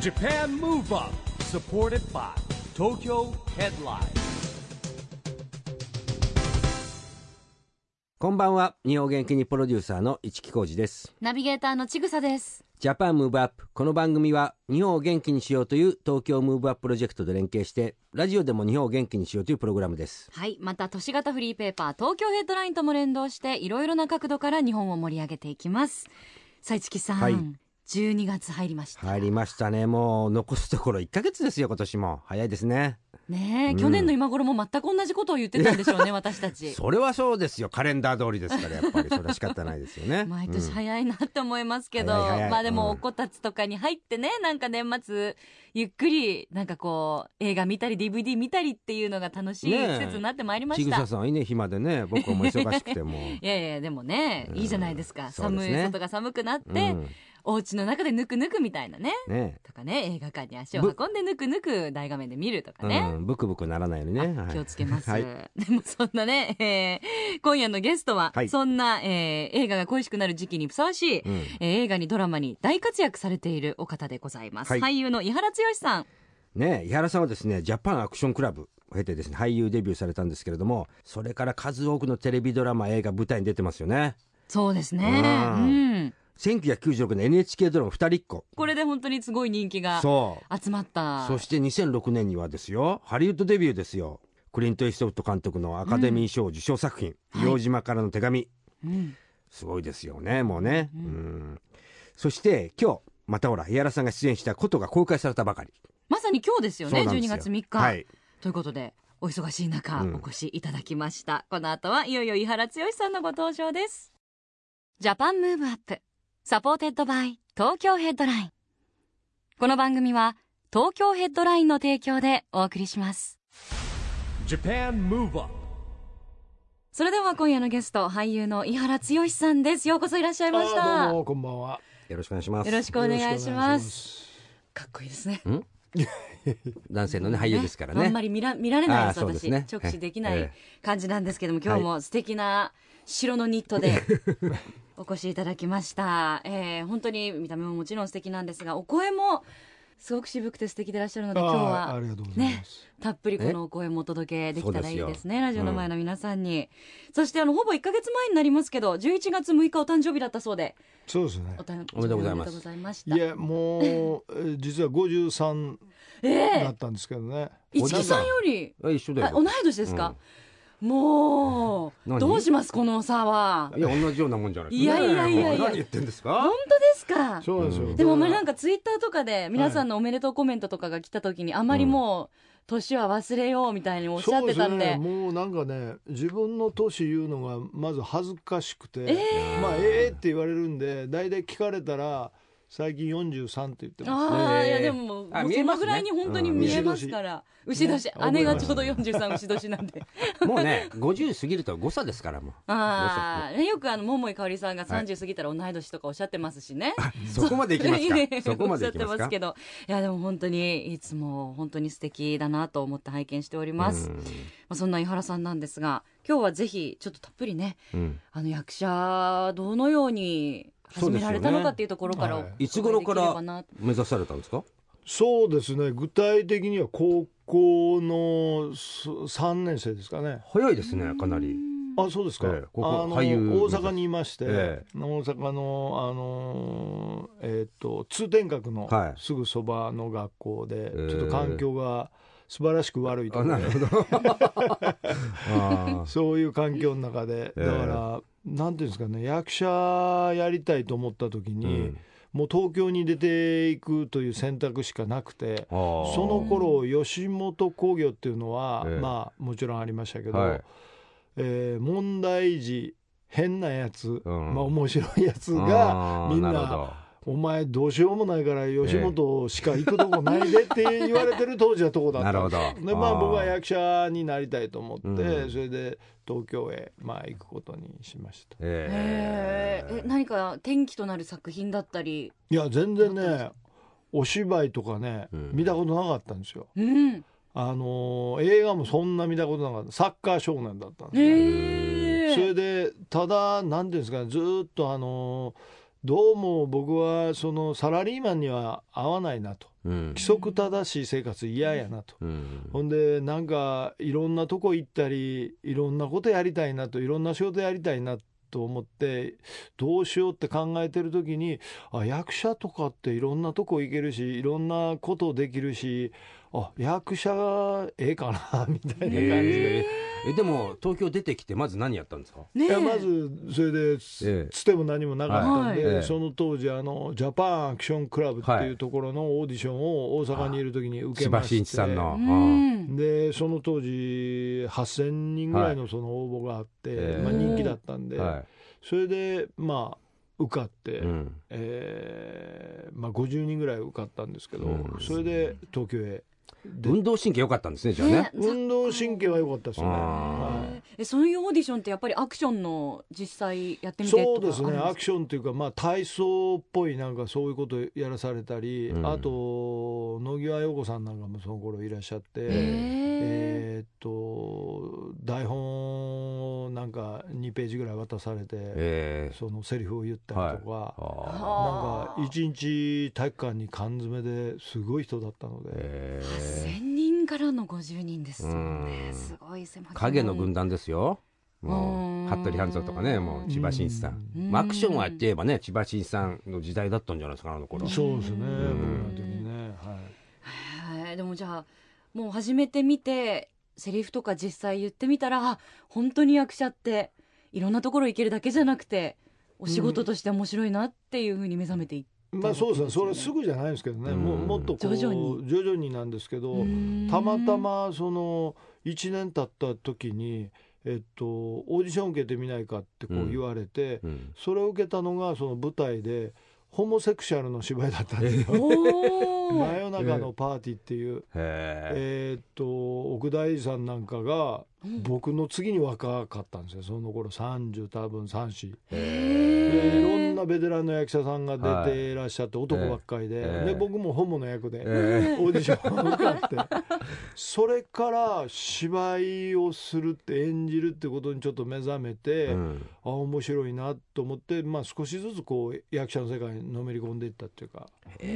Japan Move Up supported by Tokyo Headline。 こんばんは。日本元気にプロデューサーの市木浩司です。 ナビゲーターのちぐさです。 ジャパンムーブアップ。この番組は日本を元気にしようという東京ムーブアッププロジェクトと連携してラジオでも日本を元気にしようというプログラムです。 はい、また都市型フリーペーパー東京ヘッドラインとも連動していろいろな角度から日本を盛り上げていきます。さあ市木さん、はい、12月入りました。 入りましたね。もう残すところ1ヶ月ですよ。今年も早いですね。 ねえ、去年の今頃も全く同じことを言ってたんでしょうね私たち。 それはそうですよ。カレンダー通りですからやっぱりそれは仕方ないですよね。 毎年早いなって思いますけど、まあでもおこたつとかに入ってね、なんか年末ゆっくりなんかこう映画見たり DVD 見たりっていうのが楽しい季節になってまいりました。 ちぐささんいいね、暇でね。僕はもう忙しくてもいやいやでもね、いいじゃないですか。寒い、外が寒くなって、お家の中でぬくぬくみたいな ねとかね、映画館に足を運んでぬくぬく大画面で見るとかね、 ブクブクならないようにね、 気をつけます、はい、でもそんなね、今夜のゲストは、はい、そんな、映画が恋しくなる時期にふさわしい、映画にドラマに大活躍されているお方でございます、はい、俳優の井原剛さんね。井原さんはですね、ジャパンアクションクラブを経てですね、俳優デビューされたんですけれども、それから数多くのテレビドラマ、映画、舞台に出てますよね。 そうですね、 1996年 NHK ドラマ二人っ子、 これで本当にすごい人気が集まった。 そして2006年にはですよ、ハリウッドデビューですよ。クリント・イーストウッド監督のアカデミー賞受賞作品、硫黄島からの手紙、すごいですよね。もうね、そして今日またほら井原さんが出演したことが公開されたばかり、 まさに今日ですよね。12月3日、 はい、 ということでお忙しい中、お越しいただきました。この後はいよいよ井原剛さんのご登場です。ジャパンムーブアップサポーテッドバイ東京ヘッドライン。この番組は東京ヘッドラインの提供でお送りします。 Japan Move Up。 それでは今夜のゲスト、俳優の井原剛さんです。ようこそいらっしゃいました。 どうもこんばんは。 よろしくお願いします。 よろしくお願いします。かっこいいですね。 男性のね俳優ですからね、 あんまり見られないです、私、 ね、 直視できない感じなんですけども、今日も素敵な白のニットでお越しいただきました、本当に見た目ももちろん素敵なんですが、お声もすごく渋くて素敵でいらっしゃるので、今日はね、たっぷりこのお声もお届けできたらいいですね、ラジオの前の皆さんに。そしてほぼ1ヶ月前になりますけど、11月6日お誕生日だったそうで。 そうですね、 おめでとうございます。 いやもう実は53だったんですけどね。 市木さんより一緒だよ。 同い年ですか、もうどうしますこの差は。 いや同じようなもんじゃない。 いや何言ってんですか。 本当ですか。 そうなんですよ。 でもなんかツイッターとかで皆さんのおめでとうコメントとかが来た時に、あまりもう年は忘れようみたいにおっしゃってたんで、 もうなんかね、自分の年言うのがまず恥ずかしくて、って言われるんで、大体聞かれたら最近43って言ってます。 いやでもそのぐらいに本当に見えますから。牛年、姉がちょうど43牛年なんでもうね50過ぎると誤差ですから。もうよく桃井かおりさんが30過ぎたら同い年とかおっしゃってますしね、 そこまでいきますかそこまでいきますか。おっしゃってますけど、 いやでも本当にいつも本当に素敵だなと思って拝見しております。そんな井原さんなんですが、今日はぜひちょっとたっぷりね、役者どのように始められたのかっていうところからいつ頃から目指されたんですか。 そうですね、具体的には高校の3年生ですかね。 早いですね、かなり。 そうですか。 俳優大阪にいまして、大阪の通天閣のすぐそばの学校で、ちょっと環境が素晴らしく悪いところで、そういう環境の中で、だからなんていうんですかね、役者やりたいと思った時に、もう東京に出ていくという選択しかなくて、その頃吉本興業っていうのは、もちろんありましたけど、問題児変なやつ、面白いやつがみんなお前どうしようもないから吉本しか行くとこないでって言われてる当時はとこだったんです。で僕は役者になりたいと思って、それで東京へ行くことにしました。 何か転機となる作品だったり。 いや全然ね、お芝居とかね、見たことなかったんですよ。映画もそんな見たことなかった。サッカー少年だったんですよ。それでただ何ていうんですかね、ずっとどうも僕はそのサラリーマンには合わないなと、規則正しい生活嫌やなと、ほんでなんかいろんなとこ行ったりいろんなことやりたいなと、いろんな仕事やりたいなと思ってどうしようって考えてる時に、役者とかっていろんなとこ行けるしいろんなことできるし、役者ええかなみたいな感じで、 でも東京出てきてまず何やったんですか？ いやまずそれでつても何もなかったんで、その当時ジャパンアクションクラブっていうところのオーディションを大阪にいる時に受けまして、 千葉真一さんの、 でその当時8000人ぐらいのその応募があって、人気だったんで、それで受かって、50人ぐらい受かったんですけど、それで東京へ。 運動神経良かったんですね、じゃあね。 運動神経は良かったですね。 そういうオーディションってやっぱりアクションの実際やってみてそうですね、アクションっていうか、体操っぽいなんかそういうことやらされたり、あと野際陽子さんなんかもその頃いらっしゃって、台本をなんか2ページぐらい渡されて、そのセリフを言ったりとか、なんか1日体育館に缶詰ですごい人だったので、 8000人からの50人ですもんね。すごい狭い影の軍団ですよ。もう服部半蔵とかね、もう千葉真一さん、アクションはって言えばね、千葉真一さんの時代だったんじゃないですか、あの頃。 そうですね、僕の時にね。 でもじゃあもう初めて見てセリフとか実際言ってみたら、本当に役者っていろんなところ行けるだけじゃなくてお仕事として面白いなっていうふうに目覚めていって、 そうですね、それすぐじゃないんですけどね、もっとこう徐々になんですけど、たまたまその1年経った時に、オーディション受けてみないかってこう言われて、それを受けたのがその舞台でホモセクシャルの芝居だったんですよ。真夜中のパーティーっていう、奥田英二さんなんかが僕の次に若かったんですよ、その頃30多分34で、いろんなベテランの役者さんが出ていらっしゃって男ばっかりで、僕もホモの役でオーディションを受かってそれから芝居をするって演じるってことにちょっと目覚めて、面白いなと思って、少しずつこう役者の世界にのめり込んでいったっていうか。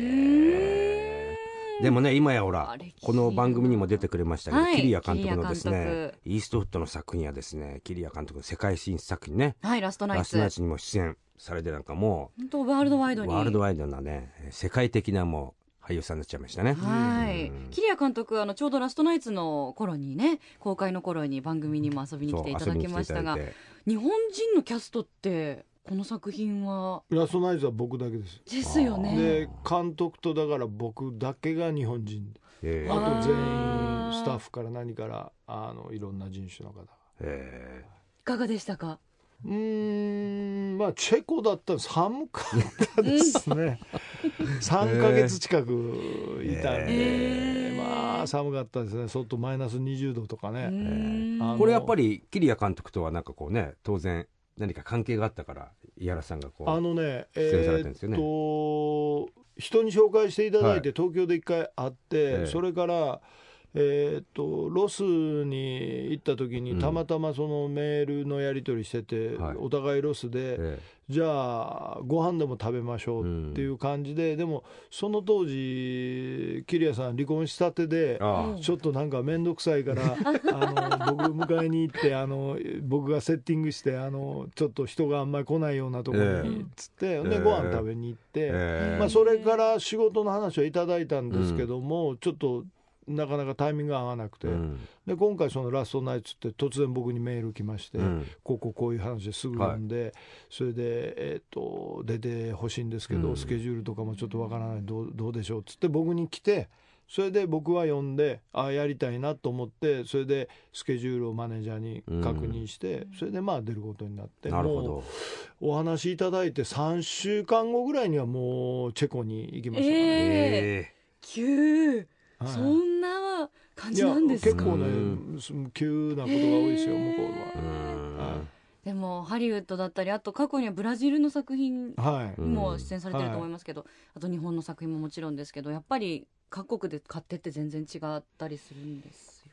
でもね、今やほらこの番組にも出てくれましたけど、桐谷監督のですねイーストウッドの作品やですね、桐谷監督の世界進出作品ね、 ラストナイツにも出演されて、なんかもう本当ワールドワイドなね、世界的なもう俳優さんになっちゃいましたね。 桐谷監督ちょうどラストナイツの頃にね、公開の頃に番組にも遊びに来ていただきましたが、日本人のキャストってこの作品はラストナイツは僕だけですよね。 で監督とだから僕だけが日本人、あと全員スタッフから何からいろんな人種の方。 いかがでしたか？ チェコだったら寒かったですね3ヶ月近くいたんで、寒かったですね。外マイナス20度とかね。 これやっぱり桐谷監督とはなんかこうね、当然何か関係があったから井原さんがこう出演されてるんですよね。 人に紹介していただいて東京で一回会って、それからロスに行った時にたまたまそのメールのやり取りしてて、お互いロスで、じゃあご飯でも食べましょうっていう感じで、でもその当時桐谷さん離婚したてでちょっとなんか面倒くさいから僕迎えに行って僕がセッティングしてちょっと人があんまり来ないようなところにつって、でご飯食べに行って、それから仕事の話はいただいたんですけども、ちょっとなかなかタイミングが合わなくて、で今回そのラストナイツって突然僕にメール来まして、こういう話ですぐ読んで、それで、出てほしいんですけど、スケジュールとかもちょっとわからない、どうでしょうっつって僕に来て、それで僕は読んでやりたいなと思って、それでスケジュールをマネージャーに確認して、それで出ることになって、もうお話いただいて3週間後ぐらいにはもうチェコに行きましたね。 急そんな感じなんですか？ 結構ね急なことが多いですよ、向こうは。 でもハリウッドだったり、あと過去にはブラジルの作品も出演されてると思いますけど、あと日本の作品ももちろんですけど、やっぱり各国で勝手って全然違ったりするんですよね。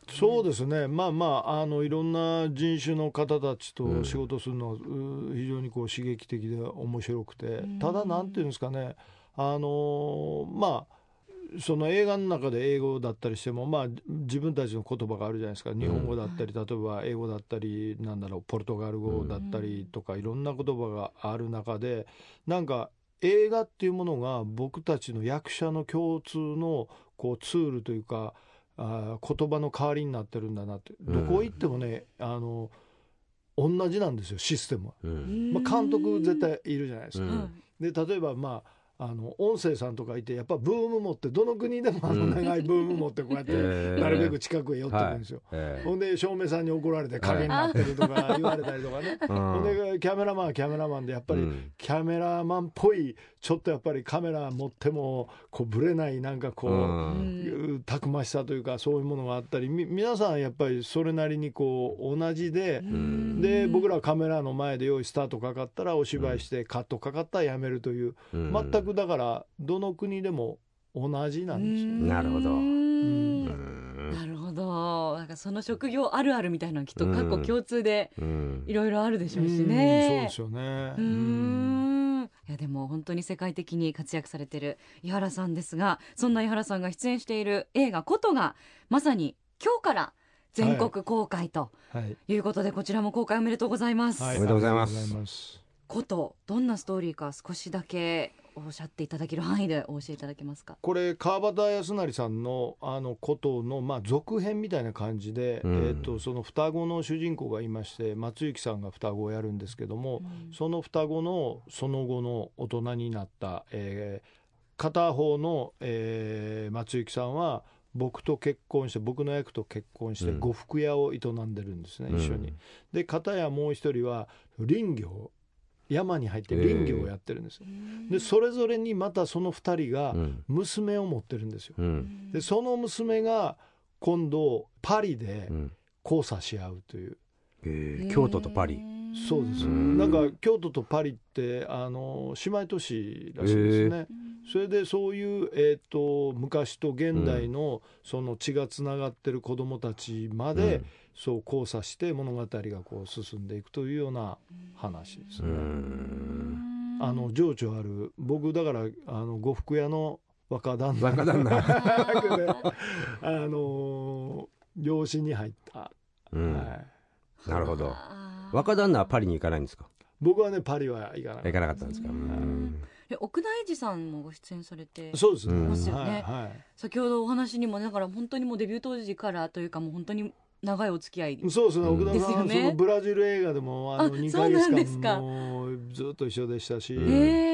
そうですね、まあまあ、いろんな人種の方たちと仕事するのは、非常にこう刺激的で面白くて、ただなんていうんですかね、まあその映画の中で英語だったりしても、まあ、自分たちの言葉があるじゃないですか。日本語だったり、例えば英語だったり、なんだろう、ポルトガル語だったりとか、いろんな言葉がある中で、なんか映画っていうものが僕たちの役者の共通のこうツールというか、言葉の代わりになってるんだなって。どこ行ってもね、同じなんですよ、システムは。まあ、監督絶対いるじゃないですか。で例えばまあ音声さんとかいて、やっぱブーム持って、どの国でも長いブーム持ってこうやってなるべく近くへ寄ってくるんですよ。ほんで照明さんに怒られて影になってるとか言われたりとかね。ほんでキャメラマンはキャメラマンで、やっぱりキャメラマンっぽい、ちょっとやっぱりカメラ持ってもこうブレない、なんかこうたくましさというか、そういうものがあったり、皆さんやっぱりそれなりにこう同じで、で僕らはカメラの前で用意スタートかかったらお芝居して、カットかかったらやめるという、全くだからどの国でも同じなんですよ。 なるほど。 なるほど。なんかその職業あるあるみたいなのきっと各国共通でいろいろあるでしょうしね。 そうですよね。 いやでも本当に世界的に活躍されている井原さんですが、そんな井原さんが出演している映画コトがまさに今日から全国公開ということで、こちらも公開おめでとうございます。 おめでとうございます。 コト、どんなストーリーか少しだけおっしゃっていただける範囲でお教えいただけますか。 これ川端康成さんのコトの、まあ、続編みたいな感じで、その双子の主人公がいまして、松雪さんが双子をやるんですけども、その双子のその後の大人になった、片方の、松雪さんは僕と結婚して、僕の役と結婚して呉服屋を営んでるんですね、一緒に。で片やもう一人は林業、山に入って林業をやってるんですよ。でそれぞれにまたその2人が娘を持ってるんですよ。でその娘が今度パリで交差し合うという、 京都とパリ。 そうです。なんか京都とパリって姉妹都市らしいですね。それでそういう、昔と現代のその血がつながってる子どもたちまで、そう交差して物語がこう進んでいくというような話ですね。情緒ある、僕だから呉服屋の若旦那養子に入った、 なるほど。若旦那はパリに行かないんですか。 僕はねパリは行かなかったんですか。 奥田英二さんもご出演されてそうですね、 ますよね。先ほどお話にも、だから本当にもうデビュー当時からというか、もう本当に長いお付き合い。 そうですね、奥田さんはそのブラジル映画でも2ヶ月間もずっと一緒でしたし、ま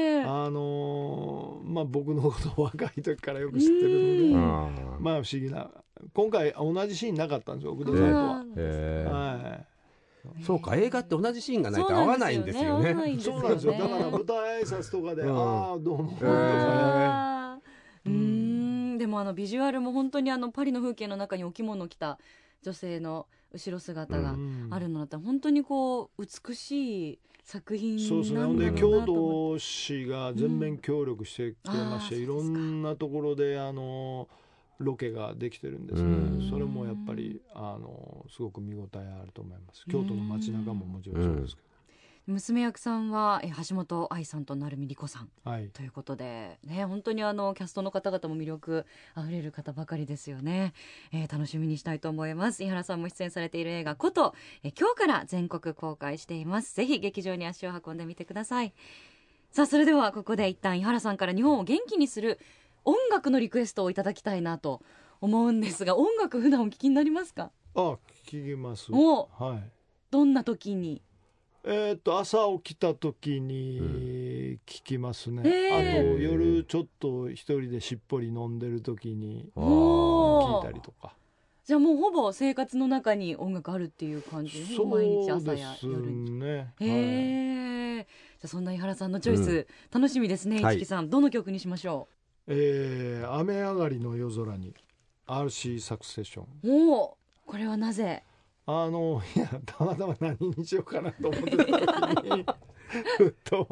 あ、僕のことを若い時からよく知ってるので、まあ不思議な、今回同じシーンなかったんですよ、奥田さんとは。 そうか、映画って同じシーンがないと合わないんですよね。 そうなんですよ。だから舞台挨拶とかで、ああどうもとかね。でもビジュアルも本当にパリの風景の中にお着物を着た女性の後ろ姿があるのだったら、本当にこう美しい作品なんだろうなと。 そうですね。で京都市が全面協力してくれまして、いろんなところでロケができてるんですね。それもやっぱりすごく見応えあると思います。京都の街中ももちろんそうですけど。 娘役さんは橋本愛さんと成海莉子さん、ということで、ね、本当にキャストの方々も魅力あふれる方ばかりですよね。楽しみにしたいと思います。井原さんも出演されている映画コト、今日から全国公開しています。ぜひ劇場に足を運んでみてください。さあそれではここで一旦井原さんから日本を元気にする音楽のリクエストをいただきたいなと思うんですが、音楽普段お聞きになりますか。 聞きます。 どんな時に。 朝起きた時に聞きますね。あと夜ちょっと一人でしっぽり飲んでる時に聞いたりとか。 じゃあもうほぼ生活の中に音楽あるっていう感じですね。毎日朝や夜に。じゃあそんな井原さんのチョイス、楽しみですね。市木さん、どの曲にしましょう。雨上がりの夜空に RC サクセション。 これはなぜ。 いやたまたま何にしようかなと思ってた時にふっと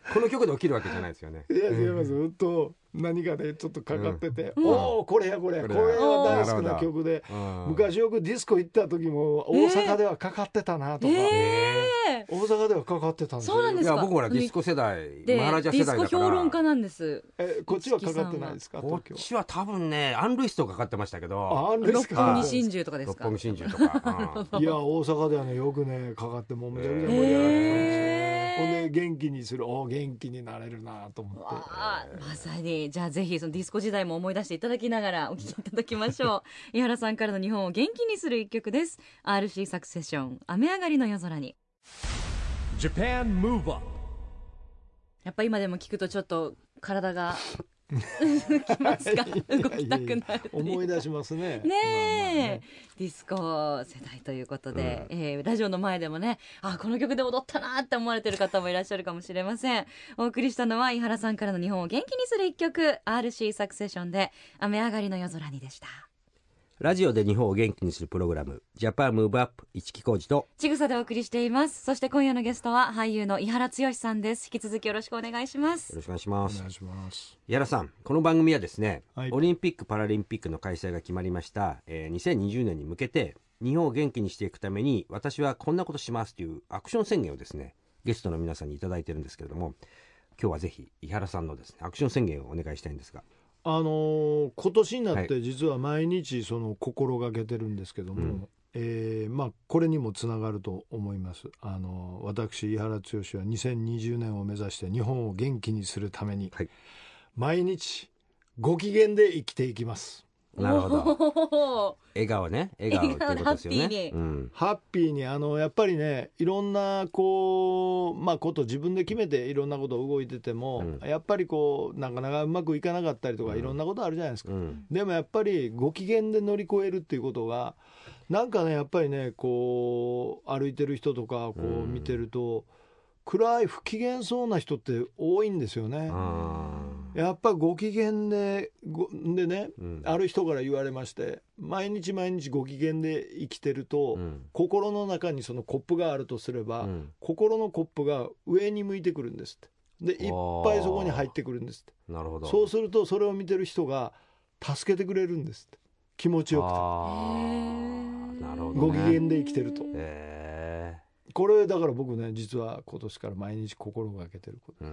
この曲で起きるわけじゃないですよね。 いや違います。ずっと何かでちょっとかかってて、 うんおおこれは大好きな曲で、昔よくディスコ行った時も大阪ではかかってたなとか、大阪ではかかってたんですよ。 そうなんですか。 いや僕ほらディスコ世代、 でマハラジャ世代だから。 ディスコ評論家なんです。 こっちはかかってないですか？ こっちは多分ねアン・ルイスとかかってましたけど、 あんですか？ 六本木真珠とかですか？ 六本木真珠とか、 いや大阪ではねよくねかかってもうめちゃくちゃ盛り上がってたんですよ。ほんで元気にする、元気になれるなと思って。 まさにじゃあぜひそのディスコ時代も思い出していただきながらお聴きいただきましょう。井原さんからの日本を元気にする一曲です。 RC サクセション、雨上がりの夜空に。 Japan Move Up。 やっぱ今でも聞くとちょっと体がきますか？動きたくなるっていう思い出しますね。 ねえ、ディスコ世代ということで、ラジオの前でもね、この曲で踊ったなって思われてる方もいらっしゃるかもしれません。お送りしたのは井原さんからの日本を元気にする一曲、 RC サクセションで雨上がりの夜空にでした。 ラジオで日本を元気にするプログラム、ジャパンムーブアップ、市木浩二とちぐさでお送りしています。そして今夜のゲストは俳優の井原剛さんです。引き続きよろしくお願いします。 よろしくお願いします。 お願いします。 井原さん、この番組はですね、 はい、 オリンピック・パラリンピックの開催が決まりました、2020年に向けて日本を元気にしていくために私はこんなことしますというアクション宣言をですね、ゲストの皆さんにいただいてるんですけれども、今日はぜひ井原さんのですねアクション宣言をお願いしたいんですが。 今年になって実は毎日その心がけてるんですけども、これにもつながると思います。私井原剛は2020年を目指して日本を元気にするために、毎日ご機嫌で生きていきます。 なるほど。笑顔ね、笑顔っていうことですよね。 ハッピーにやっぱりね、いろんなこと自分で決めていろんなこと動いてても、やっぱりなかなかうまくいかなかったりとか、いろんなことあるじゃないですか。でもやっぱりご機嫌で乗り越えるっていうことがなんかね、やっぱりね歩いてる人とか見てると、暗い不機嫌そうな人って多いんですよね。やっぱご機嫌でね、ある人から言われまして、毎日毎日ご機嫌で生きてると、心の中にそのコップがあるとすれば、心のコップが上に向いてくるんですって。でいっぱいそこに入ってくるんですって。 なるほど。 そうするとそれを見てる人が助けてくれるんですって。気持ちよくて。 なるほどね。 ご機嫌で生きてると。これだから僕ね、実は今年から毎日心がけてることです。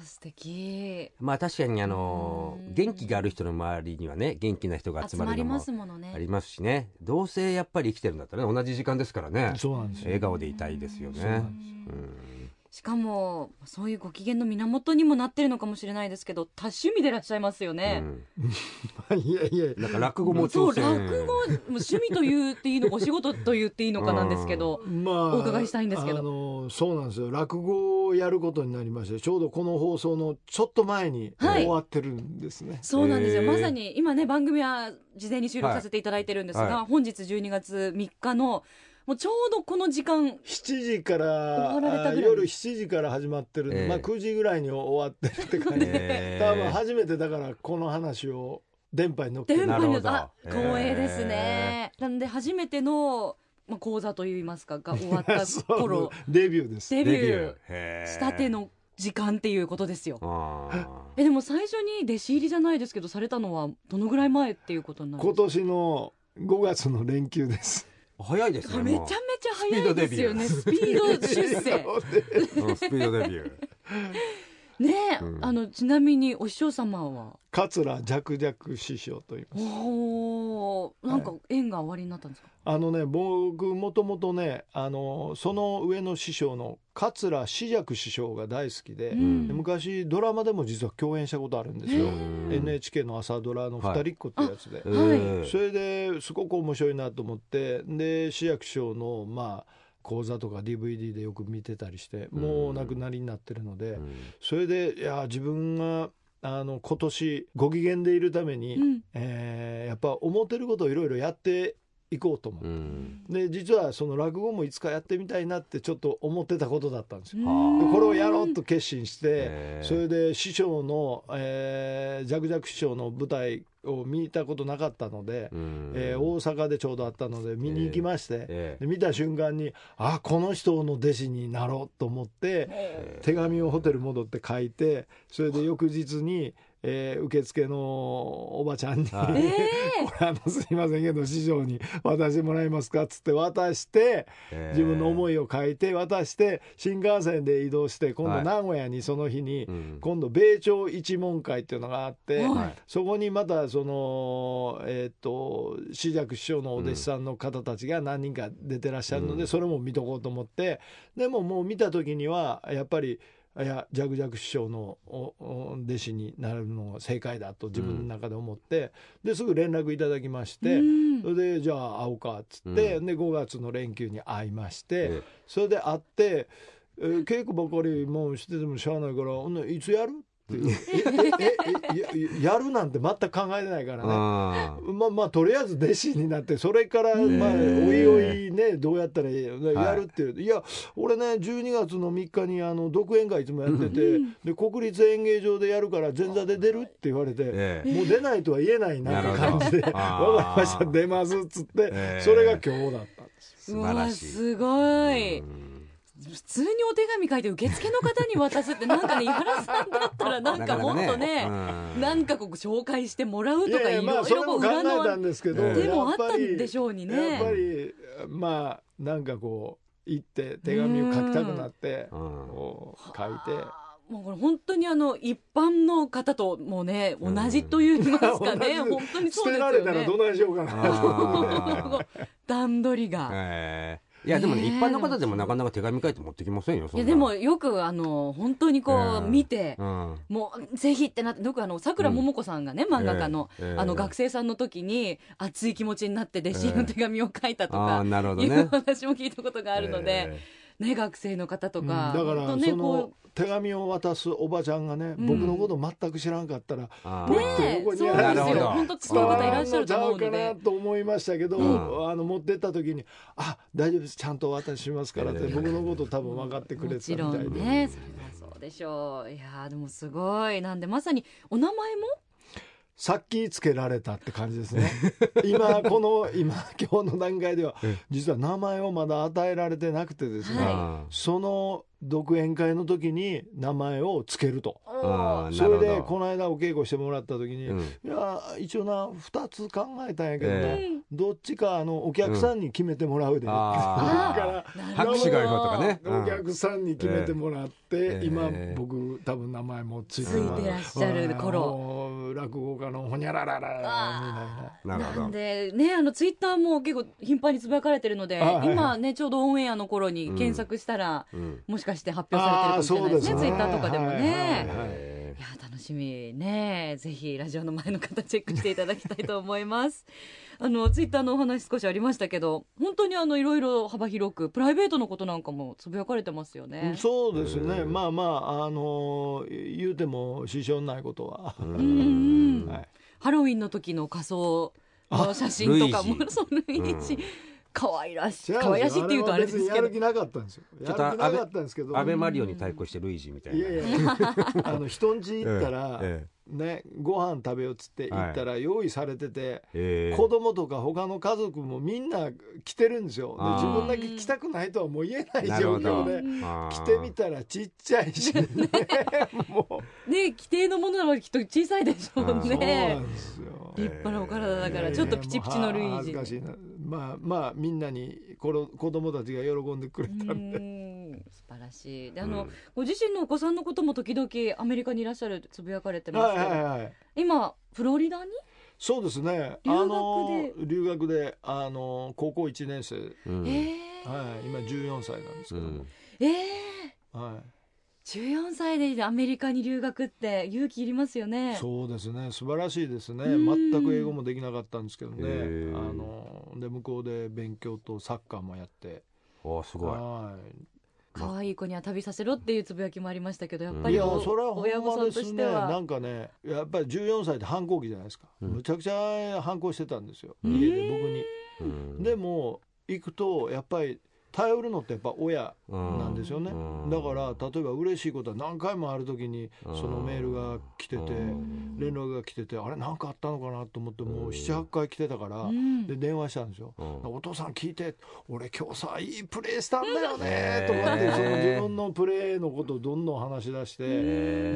素敵。 確かに元気がある人の周りにはね、元気な人が集まるのもありますしね。どうせやっぱり生きてるんだったらね、同じ時間ですからね。 そうなんですよ。 笑顔でいたいですよね。 そうなんです。 しかもそういうご機嫌の源にもなってるのかもしれないですけど、多趣味でいらっしゃいますよね。 いやいや、 なんか落語もそう、落語趣味と言っていいのかお仕事と言っていいのかなんですけど、お伺いしたいんですけど。 そうなんですよ。落語をやることになりまして、ちょうどこの放送のちょっと前に終わってるんですね。 そうなんですよ。まさに今ね、番組は事前に収録させていただいてるんですが、本日12月3日のもうちょうどこの時間、 7時から夜7時から始まってるんで、9時ぐらいに終わってるって感じで、多分初めてだからこの話を電波に乗っけて。 光栄ですね。なんで初めての講座といいますかが終わった頃デビューです。 デビューしたての時間っていうことですよ。でも最初に弟子入りじゃないですけどされたのはどのぐらい前っていうことになるんですか？ 今年の5月の連休です。 早いですね。 めちゃめちゃ早いですよね。スピード出世。 スピードデビュー。 ねえ、ちなみにお師匠様は桂雀々師匠と言います。 なんか縁が終わりになったんですか？ 僕もともとね、その上の師匠の桂枝雀師匠が大好きで、昔ドラマでも実は共演したことあるんですよ。NHK の朝ドラの二人っ子ってやつで、それですごく面白いなと思って、で枝雀師匠の講座とか DVD でよく見てたりして、もうお亡くなりになってるので、それで自分が今年ご機嫌でいるために、やっぱ思ってることをいろいろやってい行こうと思って、で実はその落語もいつかやってみたいなってちょっと思ってたことだったんですよ。でこれをやろうと決心して、それで師匠の、ジャクジャク師匠の舞台を見たことなかったので、大阪でちょうどあったので見に行きまして、で見た瞬間にこの人の弟子になろうと思って、手紙をホテル戻って書いて、それで翌日に受付のおばちゃんに、これすいませんけど師匠に渡してもらえますかっつって渡して、自分の思いを書いて渡して、新幹線で移動して、今度名古屋にその日に、今度米朝一門会っていうのがあって、そこにまたその枝雀師匠のお弟子さんの方たちが何人か出てらっしゃるので、それも見とこうと思って、でももう見た時にはやっぱりジャクジャク師匠の弟子になるのが正解だと自分の中で思って、ですぐ連絡いただきまして、それでじゃあ会おうかっつって、で5月の連休に会いまして、それで会って、稽古ばかりもうしててもしゃあないからいつやるってやるなんて全く考えてないからね。まあとりあえず弟子になって、それからまあおいおいね、どうやったらやるっていう、いや俺ね12月の3日に独演会いつもやってて、で国立演芸場でやるから前座で出るって言われて、もう出ないとは言えないなって感じで分かりました出ますっつって、それが今日だったんです。 素晴らしい。すごい。普通にお手紙書いて受付の方に渡すって、なんかね、井原さんだったらなんかもっとね、なんかこう紹介してもらうとか、いろいろこう裏の手もあったんでしょうにね。 やっぱりまあなんかこう行って手紙を書きたくなってこう書いて。 もうこれ本当に一般の方ともね同じと言いますかね、本当にそうですよね。捨てられたらどないしようかな段取りが。 いやでもね、一般の方でもなかなか手紙書いて持ってきませんよ。 いやでもよく本当にこう見て、もうぜひってなって、よくさくらももこさんがね、漫画家の学生さんの時に熱い気持ちになって弟子の手紙を書いたとかいう話も聞いたことがあるので、ね、学生の方とか、 だからその手紙を渡すおばちゃんがね、僕のこと全く知らんかったら、 ね、そうですよ。本当そういう方いらっしゃると思うので、 かなと思いましたけど、持ってった時に大丈夫です、ちゃんとお渡ししますからって、僕のこと多分分かってくれてたみたいで。 もちろんね、それはそうでしょう。いやでもすごい。なんでまさにお名前もさっきつけられたって感じですね。今日の段階では実は名前をまだ与えられてなくてですね、その独演会の時に名前をつけると。それでこの間お稽古してもらった時に、いや一応2つ考えたんやけどな、どっちかお客さんに決めてもらうで、 拍手がいいとかね、 お客さんに決めてもらって、今僕多分名前もついてらっしゃる頃、 落語家のほにゃらららみたいな。 なんでね、ツイッターも結構頻繁につぶやかれてるので、今ねちょうどオンエアの頃に検索したら、もしかして発表されてるかもしれないですね、ツイッターとかでもね。いや楽しみね。ぜひラジオの前の方チェックしていただきたいと思います。ツイッターのお話少しありましたけど、本当にいろいろ幅広くプライベートのことなんかもつぶやかれてますよね。 そうですね。まあ言うても支障ないことは。 ハロウィンの時の仮装の写真とかも、そのルイージ可愛らしいっていうとあれですけど、 やる気なかったんですよ。 ちょっと安倍マリオに対抗してルイージみたいな。 いや人ん家行ったらね、ご飯食べようっつって行ったら用意されてて、子供とか他の家族もみんな来てるんですよ。で自分だけ来たくないとはもう言えない状況で来てみたらちっちゃいしねもうね、 規定のものはきっと小さいでしょうね。 そうなんですよ。 立派なお体だからちょっとピチピチのルイージ、 恥ずかしいな。まあみんなに子供たちが喜んでくれたんで素晴らしい。でご自身のお子さんのことも時々アメリカにいらっしゃるつぶやかれてますけど、今フロリダに。 そうですね、留学で高校1年生、今14歳なんですけども、 14歳でアメリカに留学って勇気いりますよね。 そうですね、素晴らしいですね。全く英語もできなかったんですけどね、で向こうで勉強とサッカーもやって、 すごい。 可愛い子には旅させろっていうつぶやきもありましたけど、やっぱり親御さんとしてはなんかね、やっぱり14歳で反抗期じゃないですか。むちゃくちゃ反抗してたんですよ、家で僕に。 でも行くとやっぱり頼るのってやっぱ親なんですよね。だから例えば嬉しいことは何回もある時にそのメールが来てて連絡が来てて、あれ何かあったのかなと思ってもう 7,8 回来てたから、で電話したんですよ。お父さん聞いて、俺今日さいいプレーしたんだよねとかってその自分のプレーのことをどんどん話し出して、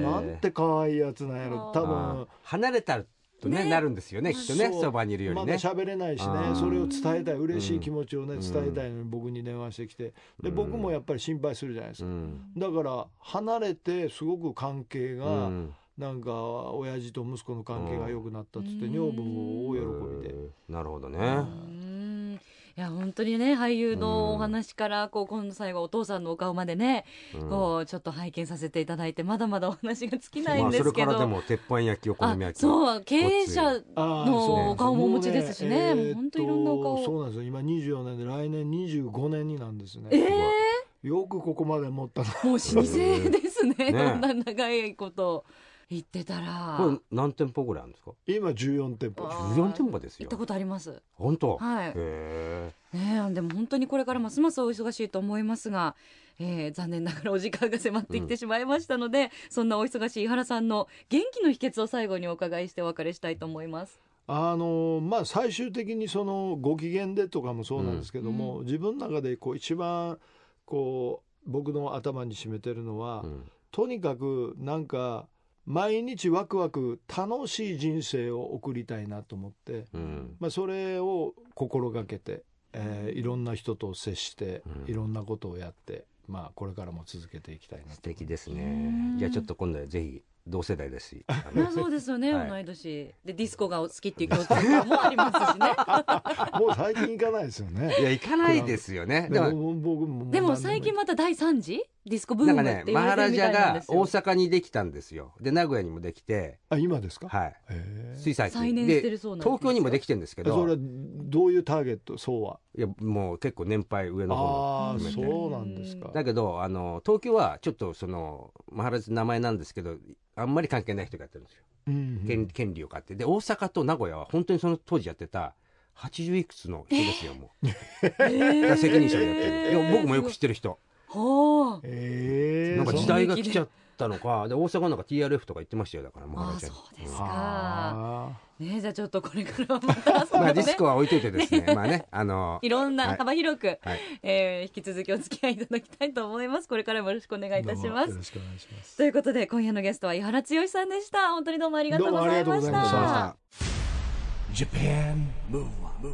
なんて可愛いやつなんやろ。多分離れたとね、なるんですよね、きっとね、そばにいるよりね。 まだ喋れないしね、それを伝えたい、嬉しい気持ちをね、伝えたいのに僕に電話してきて、で僕もやっぱり心配するじゃないですか。だから離れてすごく関係が、なんか親父と息子の関係が良くなったっつって女房も大喜びで。 なるほどね。 いや本当にね、俳優のお話からこう今度最後お父さんのお顔までね、こうちょっと拝見させていただいて、まだまだお話が尽きないんですけど、 それからでも鉄板焼きお好み焼き、 そう経営者のお顔もお持ちですしね、もう本当いろんなお顔。 そうなんですよ。今24年で来年25年になんですね。よくここまで持ったな。 もう老舗ですね。こんな長いこと行ってたら。 これ何店舗ぐらいあるんですか？ 今14店舗。 14店舗ですよ。 行ったことあります。 本当？ はい。ね、でも本当にこれからますますお忙しいと思いますが、残念ながらお時間が迫ってきてしまいましたので、そんなお忙しい井原さんの元気の秘訣を最後にお伺いしてお別れしたいと思います。 最終的にそのご機嫌でとかもそうなんですけども、自分の中でこう一番こう僕の頭に占めてるのは、とにかくなんか毎日ワクワク楽しい人生を送りたいなと思って、それを心がけて、いろんな人と接して、いろんなことをやって、これからも続けていきたいな。 素敵ですね。じゃあちょっと今度はぜひ同世代ですし、 そうですよね、同い年でディスコが好きっていう共通点もありますしね。 もう最近行かないですよね。 いや行かないですよね。 でも最近また第3次ディスコブームって言わマハラジャれてるみたいなんがですよ。 大阪にできたんですよ。で名古屋にもできて、 今ですか？ はい。つい最近再燃してるそうなんですよ。 東京にもできてるんですけど、 それはどういうターゲット？そうはいやもう結構年配上の方もそうなんですか。 だけど東京はちょっとそのマハラジャの名前なんですけど、あんまり関係ない人がやってるんですよ。権利を買って。で大阪と名古屋は本当にその当時やってた80いくつの人ですよ、もう。が責任者でやってる。いや僕もよく知ってる人。なんか時代が来ちゃったのか。で大阪なんか TRF とか言ってましたよ。だからマハラジャに。 そうですか。ね、じゃあちょっとこれからはまたディスコは置いといてですね。 いろんな幅広く、引き続きお付き合いいただきたいと思います。これからもよろしくお願いいたします。 よろしくお願いします。 ということで今夜のゲストは井原剛さんでした。本当にどうもありがとうございました。 Japan Move Up。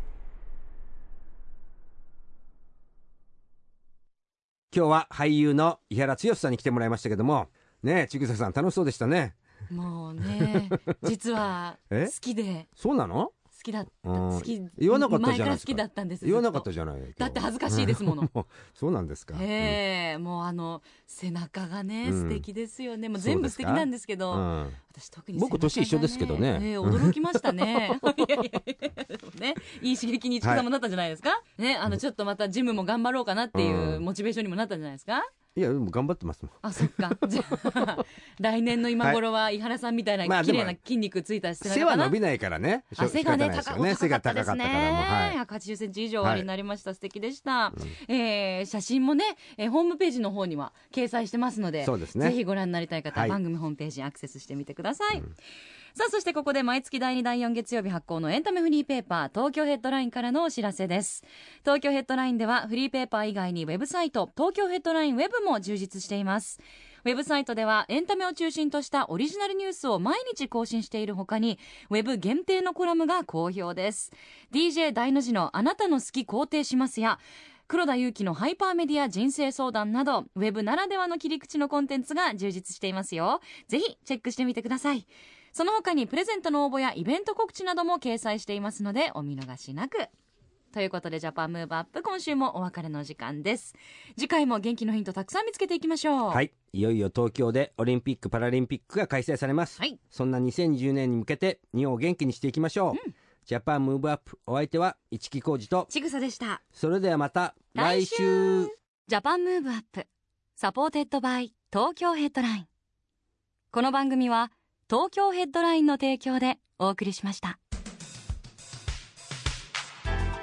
今日は俳優の井原剛さんに来てもらいましたけどもね、千草さん楽しそうでしたね。 もうね、実は好きで。 そうなの？ 好きだった。 言わなかったじゃないですか。 前から好きだったんです。 言わなかったじゃない。 だって恥ずかしいですもの。 そうなんですか。 もう背中がね、素敵ですよね。もう全部素敵なんですけど、私特に背中がね、 僕年一緒ですけどね。 驚きましたね。いい刺激に千草さんもなったんじゃないですか。ね、ちょっとまたジムも頑張ろうかなっていうモチベーションにもなったんじゃないですか。 いやでも頑張ってますもん。 あ、そっか。じゃあ来年の今頃は井原さんみたいな綺麗な筋肉ついた背中かな。 背は伸びないからね。 背がね高かったですね。 背が高かったからも 180センチ以上おありになりました。素敵でした。写真もね、ホームページの方には掲載してますので、ぜひご覧になりたい方は番組ホームページにアクセスしてみてください。さあそしてここで毎月第2第4月曜日発行のエンタメフリーペーパー東京ヘッドラインからのお知らせです。東京ヘッドラインではフリーペーパー以外にウェブサイト東京ヘッドラインウェブも充実しています。ウェブサイトではエンタメを中心としたオリジナルニュースを毎日更新している他にウェブ限定のコラムが好評です。 DJ 大の字のあなたの好き肯定しますや黒田祐希のハイパーメディア人生相談などウェブならではの切り口のコンテンツが充実していますよ。ぜひチェックしてみてください。その他にプレゼントの応募やイベント告知なども掲載していますのでお見逃しなく。ということでジャパンムーブアップ今週もお別れの時間です。次回も元気のヒントたくさん見つけていきましょう。 はい、いよいよ東京でオリンピックパラリンピックが開催されます、そんな2010年に向けて日本を元気にしていきましょう、ジャパンムーブアップお相手は市木浩二とちぐさでした。 それではまた来週。 ジャパンムーブアップサポーテッドバイ東京ヘッドライン。この番組は東京ヘッドラインの提供でお送りしました。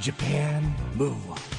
Japan Move Up